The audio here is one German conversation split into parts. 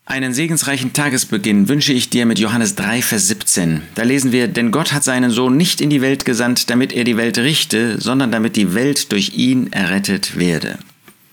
Einen segensreichen Tagesbeginn wünsche ich dir mit Johannes 3, Vers 17. Da lesen wir, denn Gott hat seinen Sohn nicht in die Welt gesandt, damit er die Welt richte, sondern damit die Welt durch ihn errettet werde.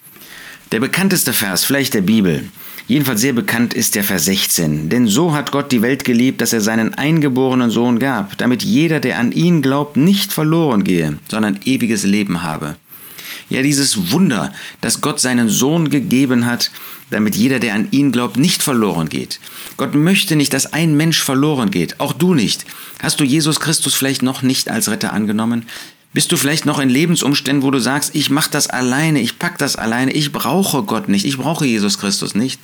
Der bekannteste Vers, vielleicht der Bibel, jedenfalls sehr bekannt ist der Vers 16. Denn so hat Gott die Welt geliebt, dass er seinen eingeborenen Sohn gab, damit jeder, der an ihn glaubt, nicht verloren gehe, sondern ewiges Leben habe. Ja, dieses Wunder, dass Gott seinen Sohn gegeben hat, damit jeder, der an ihn glaubt, nicht verloren geht. Gott möchte nicht, dass ein Mensch verloren geht, auch du nicht. Hast du Jesus Christus vielleicht noch nicht als Retter angenommen? Bist du vielleicht noch in Lebensumständen, wo du sagst, ich mache das alleine, ich pack das alleine, ich brauche Gott nicht, ich brauche Jesus Christus nicht?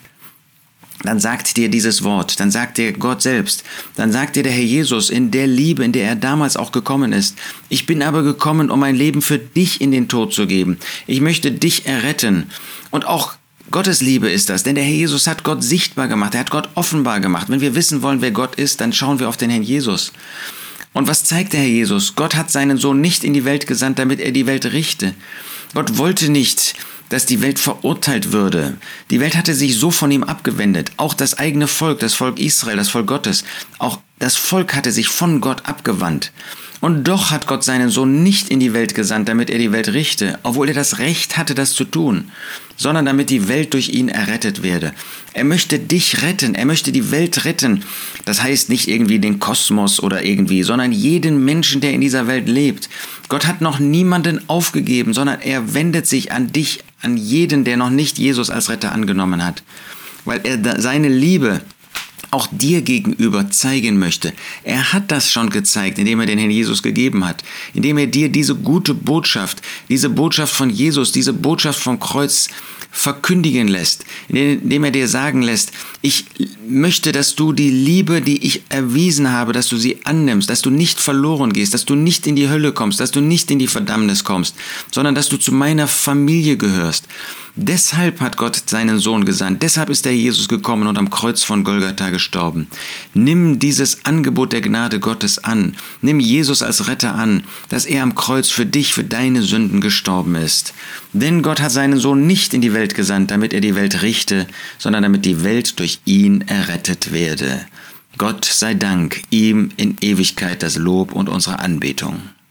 Dann sagt dir dieses Wort, dann sagt dir Gott selbst, dann sagt dir der Herr Jesus in der Liebe, in der er damals auch gekommen ist, ich bin aber gekommen, um mein Leben für dich in den Tod zu geben. Ich möchte dich erretten. Und auch Gottes Liebe ist das, denn der Herr Jesus hat Gott sichtbar gemacht, er hat Gott offenbar gemacht. Wenn wir wissen wollen, wer Gott ist, dann schauen wir auf den Herrn Jesus. Und was zeigt der Herr Jesus? Gott hat seinen Sohn nicht in die Welt gesandt, damit er die Welt richte. Gott wollte nicht, dass die Welt verurteilt würde. Die Welt hatte sich so von ihm abgewendet. Auch das eigene Volk, das Volk Israel, das Volk Gottes, auch das Volk hatte sich von Gott abgewandt. Und doch hat Gott seinen Sohn nicht in die Welt gesandt, damit er die Welt richte, obwohl er das Recht hatte, das zu tun, sondern damit die Welt durch ihn errettet werde. Er möchte dich retten, er möchte die Welt retten. Das heißt nicht irgendwie den Kosmos oder irgendwie, sondern jeden Menschen, der in dieser Welt lebt. Gott hat noch niemanden aufgegeben, sondern er wendet sich an dich, an jeden, der noch nicht Jesus als Retter angenommen hat, weil er seine Liebe auch dir gegenüber zeigen möchte. Er hat das schon gezeigt, indem er den Herrn Jesus gegeben hat, indem er dir diese gute Botschaft, diese Botschaft von Jesus, diese Botschaft vom Kreuz verkündigen lässt, indem er dir sagen lässt, ich möchte, dass du die Liebe, die ich erwiesen habe, dass du sie annimmst, dass du nicht verloren gehst, dass du nicht in die Hölle kommst, dass du nicht in die Verdammnis kommst, sondern dass du zu meiner Familie gehörst. Deshalb hat Gott seinen Sohn gesandt. Deshalb ist der Jesus gekommen und am Kreuz von Golgatha gestorben. Nimm dieses Angebot der Gnade Gottes an. Nimm Jesus als Retter an, dass er am Kreuz für dich, für deine Sünden gestorben ist. Denn Gott hat seinen Sohn nicht in die Welt gesandt, damit er die Welt richte, sondern damit die Welt durch ihn errettet werde. Gott sei Dank, ihm in Ewigkeit das Lob und unsere Anbetung.